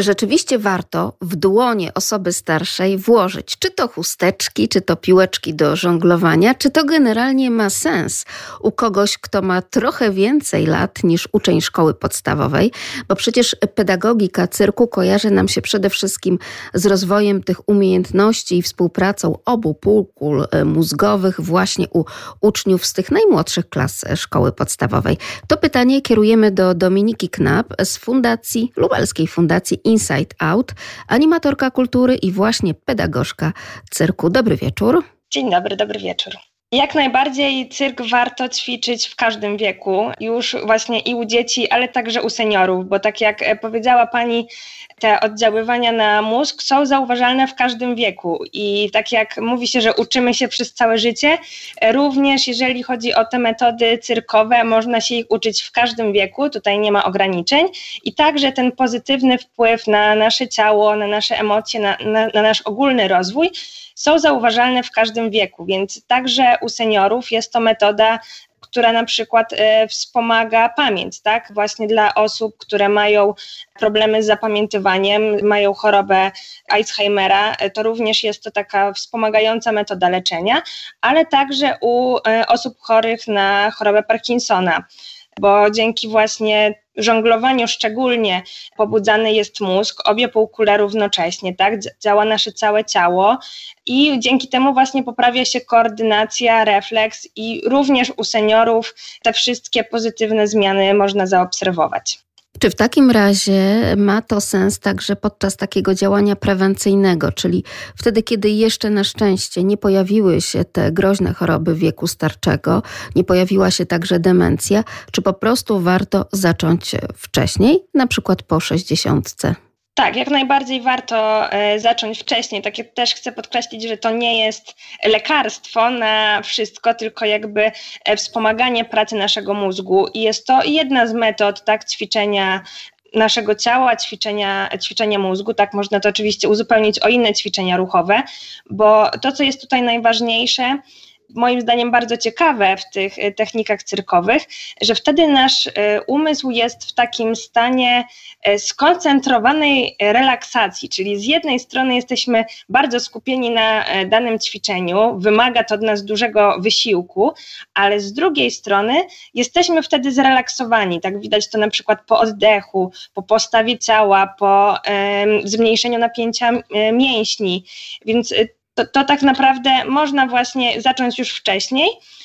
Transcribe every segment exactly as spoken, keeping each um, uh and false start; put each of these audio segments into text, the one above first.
Czy rzeczywiście warto w dłonie osoby starszej włożyć czy to chusteczki, czy to piłeczki do żonglowania, czy to generalnie ma sens u kogoś, kto ma trochę więcej lat niż uczeń szkoły podstawowej? Bo przecież pedagogika cyrku kojarzy nam się przede wszystkim z rozwojem tych umiejętności i współpracą obu półkul mózgowych właśnie u uczniów z tych najmłodszych klas szkoły podstawowej. To pytanie kierujemy do Dominiki Knap z Fundacji, Lubelskiej Fundacji Inside Out, animatorka kultury i właśnie pedagogzka cyrku. Dobry wieczór. Dzień dobry, dobry wieczór. Jak najbardziej cyrk warto ćwiczyć w każdym wieku, już właśnie i u dzieci, ale także u seniorów, bo tak jak powiedziała Pani, te oddziaływania na mózg są zauważalne w każdym wieku i tak jak mówi się, że uczymy się przez całe życie, również jeżeli chodzi o te metody cyrkowe, można się ich uczyć w każdym wieku, tutaj nie ma ograniczeń i także ten pozytywny wpływ na nasze ciało, na nasze emocje, na, na, na nasz ogólny rozwój są zauważalne w każdym wieku, więc także u seniorów jest to metoda, która na przykład e, wspomaga pamięć, tak? Właśnie dla osób, które mają problemy z zapamiętywaniem, mają chorobę Alzheimera, e, to również jest to taka wspomagająca metoda leczenia, ale także u e, osób chorych na chorobę Parkinsona, bo dzięki właśnie żonglowaniu szczególnie pobudzany jest mózg, obie półkule równocześnie, tak? Działa nasze całe ciało i dzięki temu właśnie poprawia się koordynacja, refleks i również u seniorów te wszystkie pozytywne zmiany można zaobserwować. Czy w takim razie ma to sens także podczas takiego działania prewencyjnego, czyli wtedy, kiedy jeszcze na szczęście nie pojawiły się te groźne choroby wieku starczego, nie pojawiła się także demencja, czy po prostu warto zacząć wcześniej, na przykład po sześćdziesiątce? Tak, jak najbardziej warto e, zacząć wcześniej. Tak jak też chcę podkreślić, że to nie jest lekarstwo na wszystko, tylko jakby e, wspomaganie pracy naszego mózgu i jest to jedna z metod, tak, ćwiczenia naszego ciała, ćwiczenia, ćwiczenia mózgu, tak można to oczywiście uzupełnić o inne ćwiczenia ruchowe, bo to, co jest tutaj najważniejsze, moim zdaniem bardzo ciekawe w tych technikach cyrkowych, że wtedy nasz umysł jest w takim stanie skoncentrowanej relaksacji, czyli z jednej strony jesteśmy bardzo skupieni na danym ćwiczeniu, wymaga to od nas dużego wysiłku, ale z drugiej strony jesteśmy wtedy zrelaksowani, tak widać to na przykład po oddechu, po postawie ciała, po um, zmniejszeniu napięcia mięśni, więc To, to tak naprawdę można właśnie zacząć już wcześniej,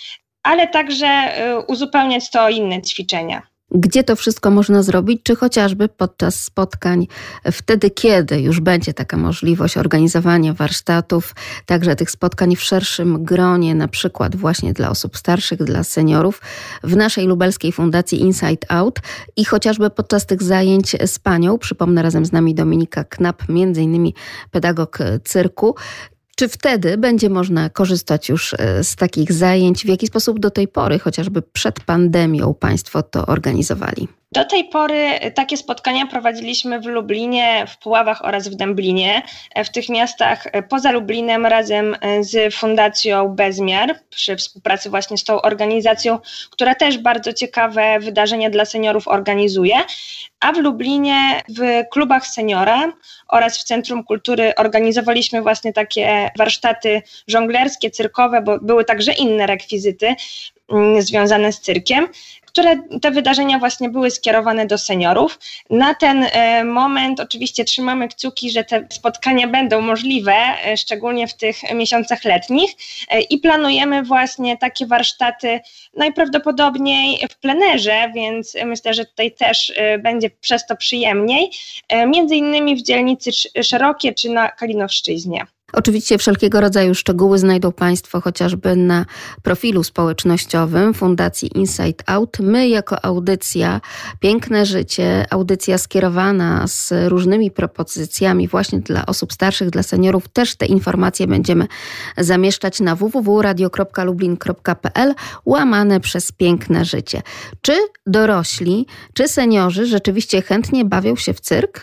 ale także uzupełniać to o inne ćwiczenia. Gdzie to wszystko można zrobić? Czy chociażby podczas spotkań, wtedy kiedy już będzie taka możliwość organizowania warsztatów, także tych spotkań w szerszym gronie, na przykład właśnie dla osób starszych, dla seniorów, w naszej lubelskiej Fundacji Inside Out i chociażby podczas tych zajęć z Panią, przypomnę razem z nami Dominika Knap, między innymi pedagog cyrku. Czy wtedy będzie można korzystać już z takich zajęć? W jaki sposób do tej pory, chociażby przed pandemią, Państwo to organizowali? Do tej pory takie spotkania prowadziliśmy w Lublinie, w Puławach oraz w Dęblinie. W tych miastach poza Lublinem razem z Fundacją Bezmiar, przy współpracy właśnie z tą organizacją, która też bardzo ciekawe wydarzenia dla seniorów organizuje. A w Lublinie w klubach seniora oraz w Centrum Kultury organizowaliśmy właśnie takie warsztaty żonglerskie, cyrkowe, bo były także inne rekwizyty związane z cyrkiem, które te wydarzenia właśnie były skierowane do seniorów. Na ten e, moment oczywiście trzymamy kciuki, że te spotkania będą możliwe, e, szczególnie w tych miesiącach letnich e, i planujemy właśnie takie warsztaty najprawdopodobniej w plenerze, więc myślę, że tutaj też e, będzie przez to przyjemniej, e, między innymi w dzielnicy Szerokie czy na Kalinowszczyźnie. Oczywiście wszelkiego rodzaju szczegóły znajdą Państwo chociażby na profilu społecznościowym Fundacji Inside Out. My jako audycja Piękne Życie, audycja skierowana z różnymi propozycjami właśnie dla osób starszych, dla seniorów, też te informacje będziemy zamieszczać na w w w kropka radio kropka lublin kropka p l łamane przez Piękne Życie. Czy dorośli, czy seniorzy rzeczywiście chętnie bawią się w cyrk?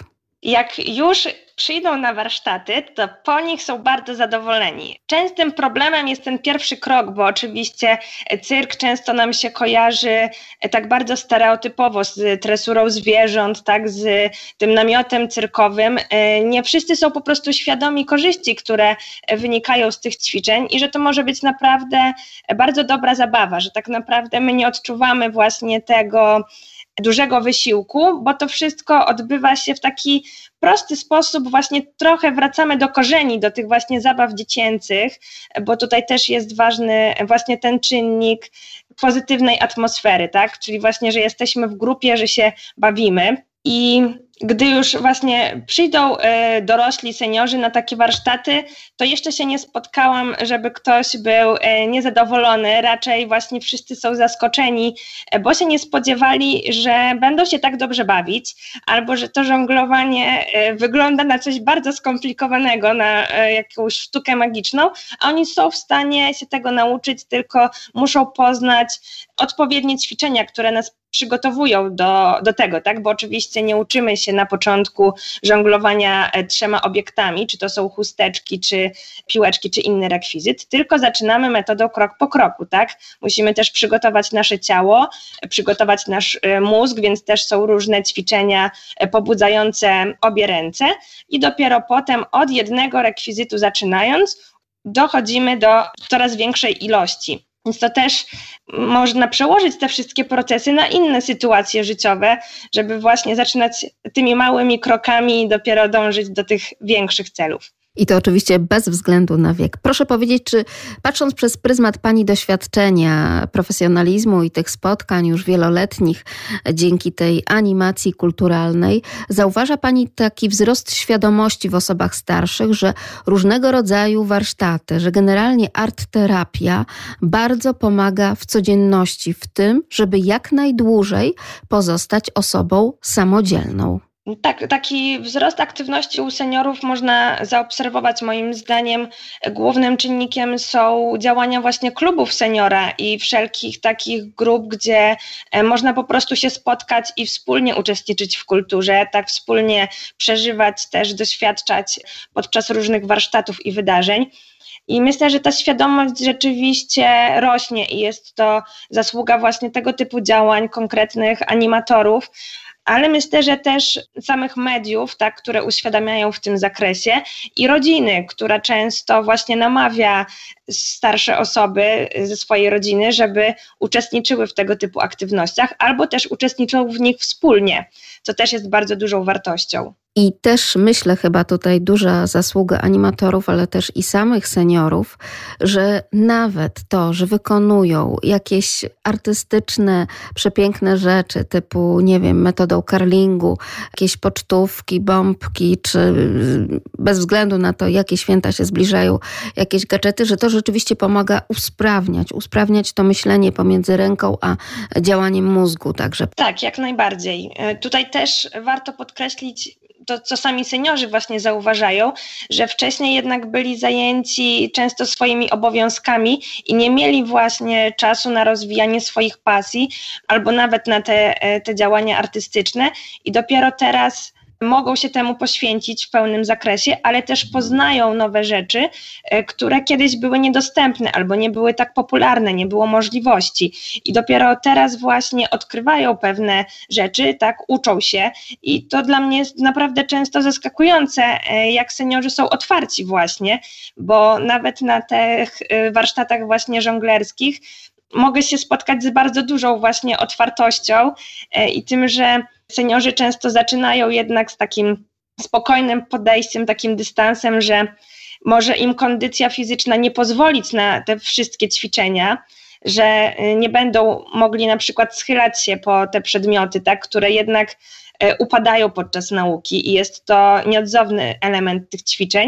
Jak już przyjdą na warsztaty, to po nich są bardzo zadowoleni. Częstym problemem jest ten pierwszy krok, bo oczywiście cyrk często nam się kojarzy tak bardzo stereotypowo z tresurą zwierząt, tak, z tym namiotem cyrkowym. Nie wszyscy są po prostu świadomi korzyści, które wynikają z tych ćwiczeń i że to może być naprawdę bardzo dobra zabawa, że tak naprawdę my nie odczuwamy właśnie tego dużego wysiłku, bo to wszystko odbywa się w taki prosty sposób, właśnie trochę wracamy do korzeni, do tych właśnie zabaw dziecięcych, bo tutaj też jest ważny właśnie ten czynnik pozytywnej atmosfery, tak? Czyli właśnie, że jesteśmy w grupie, że się bawimy. I gdy już właśnie przyjdą dorośli seniorzy na takie warsztaty, to jeszcze się nie spotkałam, żeby ktoś był niezadowolony, raczej właśnie wszyscy są zaskoczeni, bo się nie spodziewali, że będą się tak dobrze bawić, albo że to żonglowanie wygląda na coś bardzo skomplikowanego, na jakąś sztukę magiczną, a oni są w stanie się tego nauczyć, tylko muszą poznać odpowiednie ćwiczenia, które nas przygotowują do, do tego, tak? Bo oczywiście nie uczymy się na początku żonglowania trzema obiektami, czy to są chusteczki, czy piłeczki, czy inny rekwizyt, tylko zaczynamy metodą krok po kroku, tak? Musimy też przygotować nasze ciało, przygotować nasz mózg, więc też są różne ćwiczenia pobudzające obie ręce i dopiero potem od jednego rekwizytu zaczynając dochodzimy do coraz większej ilości. Więc to też można przełożyć te wszystkie procesy na inne sytuacje życiowe, żeby właśnie zaczynać tymi małymi krokami i dopiero dążyć do tych większych celów. I to oczywiście bez względu na wiek. Proszę powiedzieć, czy patrząc przez pryzmat Pani doświadczenia, profesjonalizmu i tych spotkań już wieloletnich dzięki tej animacji kulturalnej, zauważa Pani taki wzrost świadomości w osobach starszych, że różnego rodzaju warsztaty, że generalnie art-terapia bardzo pomaga w codzienności, w tym, żeby jak najdłużej pozostać osobą samodzielną? Tak, taki wzrost aktywności u seniorów można zaobserwować. Moim zdaniem głównym czynnikiem są działania właśnie klubów seniora i wszelkich takich grup, gdzie można po prostu się spotkać i wspólnie uczestniczyć w kulturze, tak wspólnie przeżywać, też doświadczać podczas różnych warsztatów i wydarzeń. I myślę, że ta świadomość rzeczywiście rośnie i jest to zasługa właśnie tego typu działań, konkretnych animatorów, ale myślę, że też samych mediów, tak, które uświadamiają w tym zakresie i rodziny, która często właśnie namawia starsze osoby ze swojej rodziny, żeby uczestniczyły w tego typu aktywnościach albo też uczestniczą w nich wspólnie, co też jest bardzo dużą wartością. I też myślę chyba tutaj duża zasługa animatorów, ale też i samych seniorów, że nawet to, że wykonują jakieś artystyczne, przepiękne rzeczy typu, nie wiem, metodą curlingu, jakieś pocztówki, bombki, czy bez względu na to, jakie święta się zbliżają, jakieś gadżety, że to rzeczywiście pomaga usprawniać, usprawniać to myślenie pomiędzy ręką a działaniem mózgu także. Tak, jak najbardziej. Tutaj też warto podkreślić to, co sami seniorzy właśnie zauważają, że wcześniej jednak byli zajęci często swoimi obowiązkami i nie mieli właśnie czasu na rozwijanie swoich pasji albo nawet na te, te działania artystyczne i dopiero teraz mogą się temu poświęcić w pełnym zakresie, ale też poznają nowe rzeczy, które kiedyś były niedostępne albo nie były tak popularne, nie było możliwości. I dopiero teraz właśnie odkrywają pewne rzeczy, tak, uczą się i to dla mnie jest naprawdę często zaskakujące, jak seniorzy są otwarci właśnie, bo nawet na tych warsztatach właśnie żonglerskich mogę się spotkać z bardzo dużą właśnie otwartością i tym, że seniorzy często zaczynają jednak z takim spokojnym podejściem, takim dystansem, że może im kondycja fizyczna nie pozwolić na te wszystkie ćwiczenia, że nie będą mogli na przykład schylać się po te przedmioty, tak, które jednak upadają podczas nauki i jest to nieodzowny element tych ćwiczeń,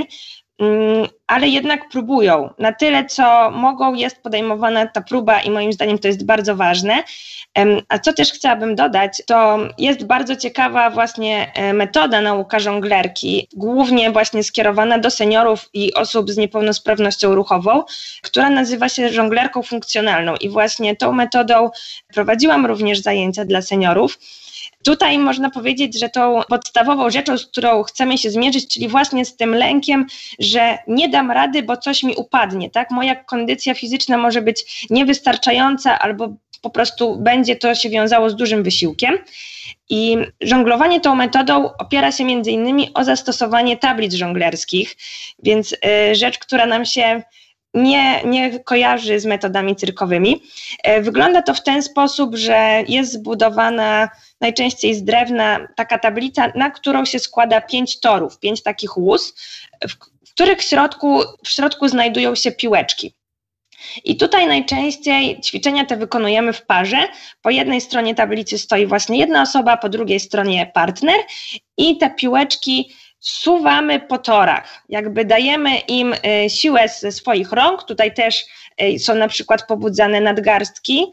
ale jednak próbują. Na tyle, co mogą, jest podejmowana ta próba i moim zdaniem to jest bardzo ważne. A co też chciałabym dodać, to jest bardzo ciekawa właśnie metoda nauka żonglerki, głównie właśnie skierowana do seniorów i osób z niepełnosprawnością ruchową, która nazywa się żonglerką funkcjonalną i właśnie tą metodą prowadziłam również zajęcia dla seniorów. tutaj można powiedzieć, że tą podstawową rzeczą, z którą chcemy się zmierzyć, czyli właśnie z tym lękiem, że nie dam rady, bo coś mi upadnie, tak? Moja kondycja fizyczna może być niewystarczająca albo po prostu będzie to się wiązało z dużym wysiłkiem. I żonglowanie tą metodą opiera się między innymi o zastosowanie tablic żonglerskich, więc y, rzecz, która nam się nie, nie kojarzy z metodami cyrkowymi. Y, wygląda to w ten sposób, że jest zbudowana najczęściej z drewna taka tablica, na którą się składa pięć torów, pięć takich łóz, w, w których w środku, w środku znajdują się piłeczki. I tutaj najczęściej ćwiczenia te wykonujemy w parze. Po jednej stronie tablicy stoi właśnie jedna osoba, po drugiej stronie partner i te piłeczki suwamy po torach. Jakby dajemy im siłę ze swoich rąk. Tutaj też są na przykład pobudzane nadgarstki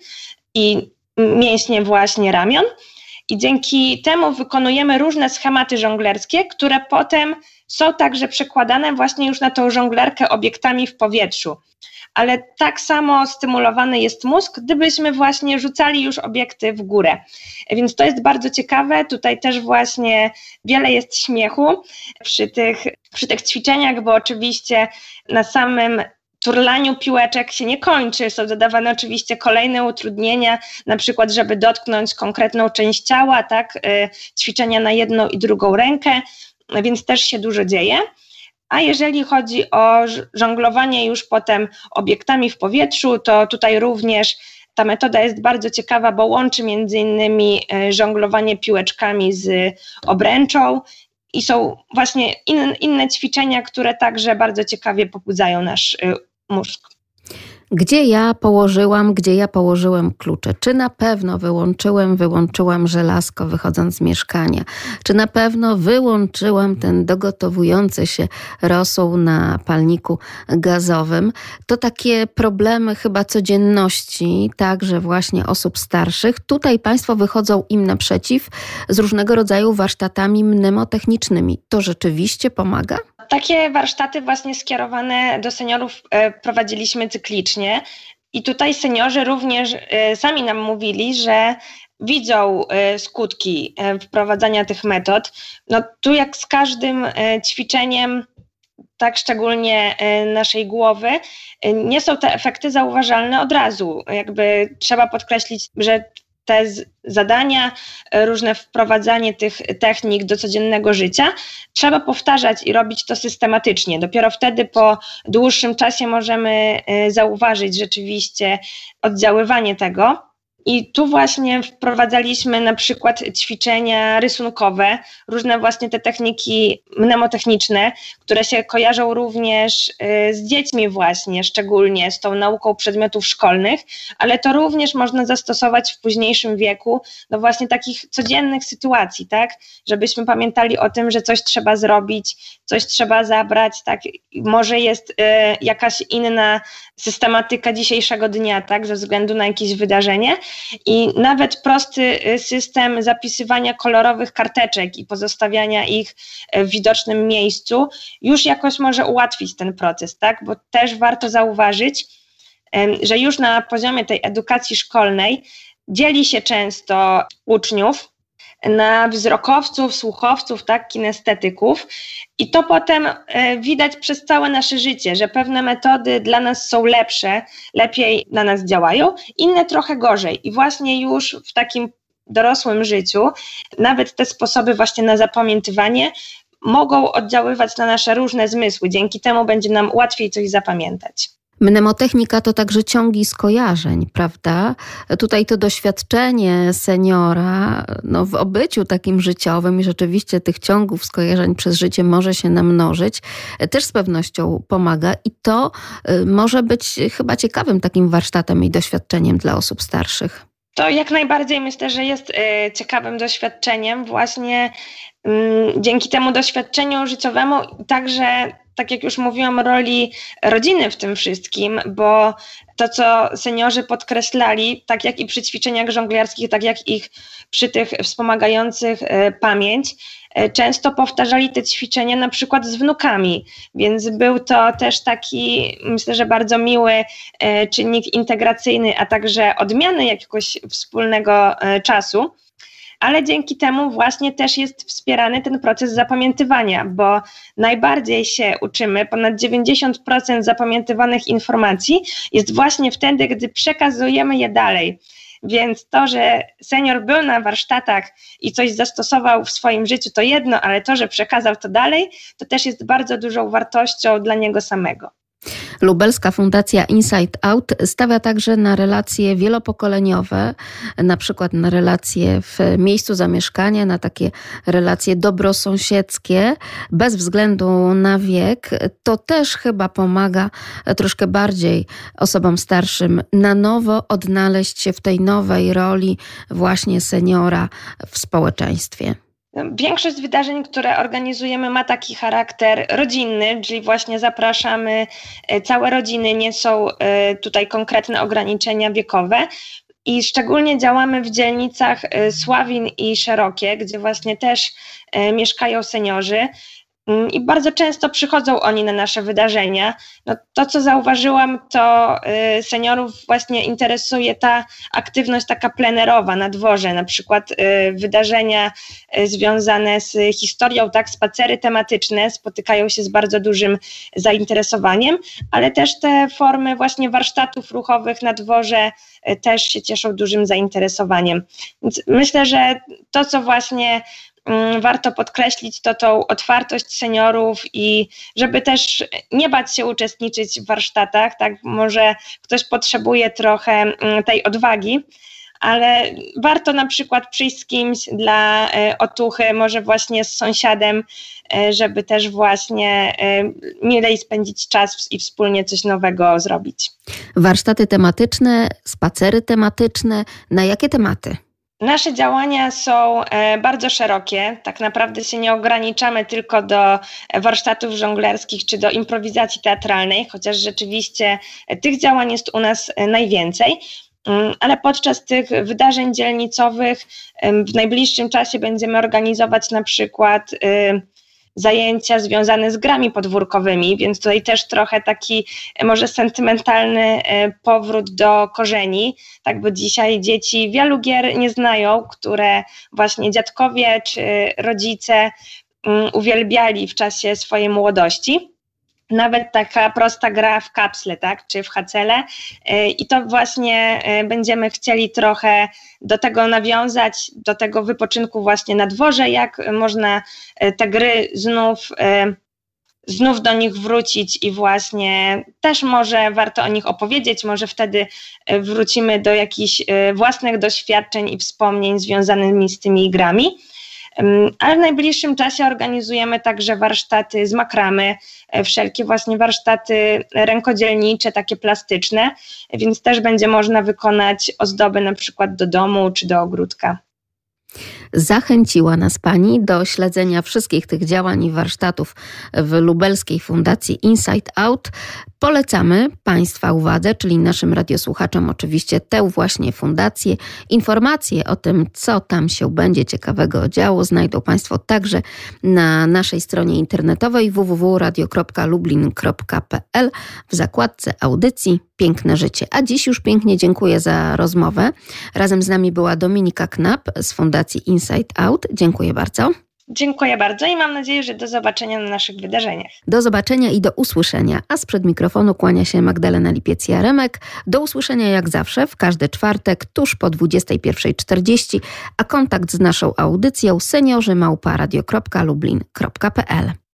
i mięśnie właśnie ramion. I dzięki temu wykonujemy różne schematy żonglerskie, które potem są także przekładane właśnie już na tą żonglerkę obiektami w powietrzu. Ale tak samo stymulowany jest mózg, gdybyśmy właśnie rzucali już obiekty w górę. Więc to jest bardzo ciekawe, tutaj też właśnie wiele jest śmiechu przy tych, przy tych ćwiczeniach, bo oczywiście na samym turlaniu piłeczek się nie kończy, są dodawane oczywiście kolejne utrudnienia, na przykład żeby dotknąć konkretną część ciała, tak, ćwiczenia na jedną i drugą rękę, więc też się dużo dzieje. A jeżeli chodzi o żonglowanie już potem obiektami w powietrzu, to tutaj również ta metoda jest bardzo ciekawa, bo łączy między innymi żonglowanie piłeczkami z obręczą i są właśnie in, inne ćwiczenia, które także bardzo ciekawie pobudzają nasz mózg. Gdzie ja położyłam, gdzie ja położyłem klucze? Czy na pewno wyłączyłem, wyłączyłam żelazko wychodząc z mieszkania? Czy na pewno wyłączyłam ten dogotowujący się rosół na palniku gazowym? To takie problemy chyba codzienności, także właśnie osób starszych. Tutaj Państwo wychodzą im naprzeciw z różnego rodzaju warsztatami mnemotechnicznymi. To rzeczywiście pomaga? Takie warsztaty właśnie skierowane do seniorów prowadziliśmy cyklicznie i tutaj seniorzy również sami nam mówili, że widzą skutki wprowadzania tych metod. No tu jak z każdym ćwiczeniem, tak szczególnie naszej głowy, nie są te efekty zauważalne od razu. Jakby trzeba podkreślić, że te zadania, różne wprowadzanie tych technik do codziennego życia, trzeba powtarzać i robić to systematycznie. Dopiero wtedy po dłuższym czasie możemy zauważyć rzeczywiście oddziaływanie tego. I tu właśnie wprowadzaliśmy na przykład ćwiczenia rysunkowe, różne właśnie te techniki mnemotechniczne, które się kojarzą również z dziećmi właśnie, szczególnie z tą nauką przedmiotów szkolnych, ale to również można zastosować w późniejszym wieku do właśnie takich codziennych sytuacji, tak? Żebyśmy pamiętali o tym, że coś trzeba zrobić, coś trzeba zabrać, tak? Może jest y, jakaś inna systematyka dzisiejszego dnia, tak? Ze względu na jakieś wydarzenie. I nawet prosty system zapisywania kolorowych karteczek i pozostawiania ich w widocznym miejscu już jakoś może ułatwić ten proces, tak? Bo też warto zauważyć, że już na poziomie tej edukacji szkolnej dzieli się często uczniów na wzrokowców, słuchowców, tak, kinestetyków i to potem widać przez całe nasze życie, że pewne metody dla nas są lepsze, lepiej na nas działają, inne trochę gorzej i właśnie już w takim dorosłym życiu nawet te sposoby właśnie na zapamiętywanie mogą oddziaływać na nasze różne zmysły, dzięki temu będzie nam łatwiej coś zapamiętać. Mnemotechnika to także ciągi skojarzeń, prawda? Tutaj to doświadczenie seniora no, w obyciu takim życiowym i rzeczywiście tych ciągów skojarzeń przez życie może się namnożyć, też z pewnością pomaga i to może być chyba ciekawym takim warsztatem i doświadczeniem dla osób starszych. To jak najbardziej myślę, że jest y, ciekawym doświadczeniem właśnie y, dzięki temu doświadczeniu życiowemu także, tak jak już mówiłam, roli rodziny w tym wszystkim, bo to, co seniorzy podkreślali, tak jak i przy ćwiczeniach żonglerskich, tak jak ich przy tych wspomagających y, pamięć, y, często powtarzali te ćwiczenia na przykład z wnukami, więc był to też taki, myślę, że bardzo miły y, czynnik integracyjny, a także odmiany jakiegoś wspólnego y, czasu. ale dzięki temu właśnie też jest wspierany ten proces zapamiętywania, bo najbardziej się uczymy, ponad dziewięćdziesiąt procent zapamiętywanych informacji jest właśnie wtedy, gdy przekazujemy je dalej. Więc to, że senior był na warsztatach i coś zastosował w swoim życiu, to jedno, ale to, że przekazał to dalej, to też jest bardzo dużą wartością dla niego samego. Lubelska Fundacja Inside Out stawia także na relacje wielopokoleniowe, na przykład na relacje w miejscu zamieszkania, na takie relacje dobrosąsiedzkie, bez względu na wiek. To też chyba pomaga troszkę bardziej osobom starszym na nowo odnaleźć się w tej nowej roli właśnie seniora w społeczeństwie. Większość wydarzeń, które organizujemy, ma taki charakter rodzinny, czyli właśnie zapraszamy całe rodziny, nie są tutaj konkretne ograniczenia wiekowe. I szczególnie działamy w dzielnicach Sławin i Szerokie, gdzie właśnie też mieszkają seniorzy. I bardzo często przychodzą oni na nasze wydarzenia. No, to, co zauważyłam, to y, seniorów właśnie interesuje ta aktywność taka plenerowa na dworze, na przykład y, wydarzenia y, związane z historią, tak, spacery tematyczne spotykają się z bardzo dużym zainteresowaniem, ale też te formy właśnie warsztatów ruchowych na dworze y, też się cieszą dużym zainteresowaniem. Więc myślę, że to, co właśnie warto podkreślić, to tą otwartość seniorów i żeby też nie bać się uczestniczyć w warsztatach, tak, może ktoś potrzebuje trochę tej odwagi, ale warto na przykład przyjść z kimś dla otuchy, może właśnie z sąsiadem, żeby też właśnie milej spędzić czas i wspólnie coś nowego zrobić. Warsztaty tematyczne, spacery tematyczne, na jakie tematy? Nasze działania są bardzo szerokie, tak naprawdę się nie ograniczamy tylko do warsztatów żonglerskich czy do improwizacji teatralnej, chociaż rzeczywiście tych działań jest u nas najwięcej, ale podczas tych wydarzeń dzielnicowych w najbliższym czasie będziemy organizować na przykład zajęcia związane z grami podwórkowymi, więc tutaj też trochę taki może sentymentalny powrót do korzeni, tak, bo dzisiaj dzieci wielu gier nie znają, które właśnie dziadkowie czy rodzice uwielbiali w czasie swojej młodości. Nawet taka prosta gra w kapsle, tak, czy w hacele i to właśnie będziemy chcieli trochę do tego nawiązać, do tego wypoczynku właśnie na dworze, jak można te gry znów, znów do nich wrócić i właśnie też może warto o nich opowiedzieć, może wtedy wrócimy do jakichś własnych doświadczeń i wspomnień związanymi z tymi grami. Ale w najbliższym czasie organizujemy także warsztaty z makramy, wszelkie właśnie warsztaty rękodzielnicze, takie plastyczne, więc też będzie można wykonać ozdoby na przykład do domu czy do ogródka. Zachęciła nas Pani do śledzenia wszystkich tych działań i warsztatów w Lubelskiej Fundacji Inside Out. Polecamy Państwa uwadze, czyli naszym radiosłuchaczom oczywiście tę właśnie fundację. Informacje o tym, co tam się będzie ciekawego działo, znajdą Państwo także na naszej stronie internetowej w w w kropka radio kropka lublin kropka p l w zakładce audycji Piękne Życie. A dziś już pięknie dziękuję za rozmowę. Razem z nami była Dominika Knap z Fundacji Inside Out. Dziękuję bardzo. Dziękuję bardzo i mam nadzieję, że do zobaczenia na naszych wydarzeniach. Do zobaczenia i do usłyszenia. A sprzed mikrofonu kłania się Magdalena Lipiec-Jaremek. Do usłyszenia jak zawsze w każdy czwartek tuż po dwudziestej pierwszej czterdzieści, a kontakt z naszą audycją seniorzy małpa radio kropka lublin kropka p l.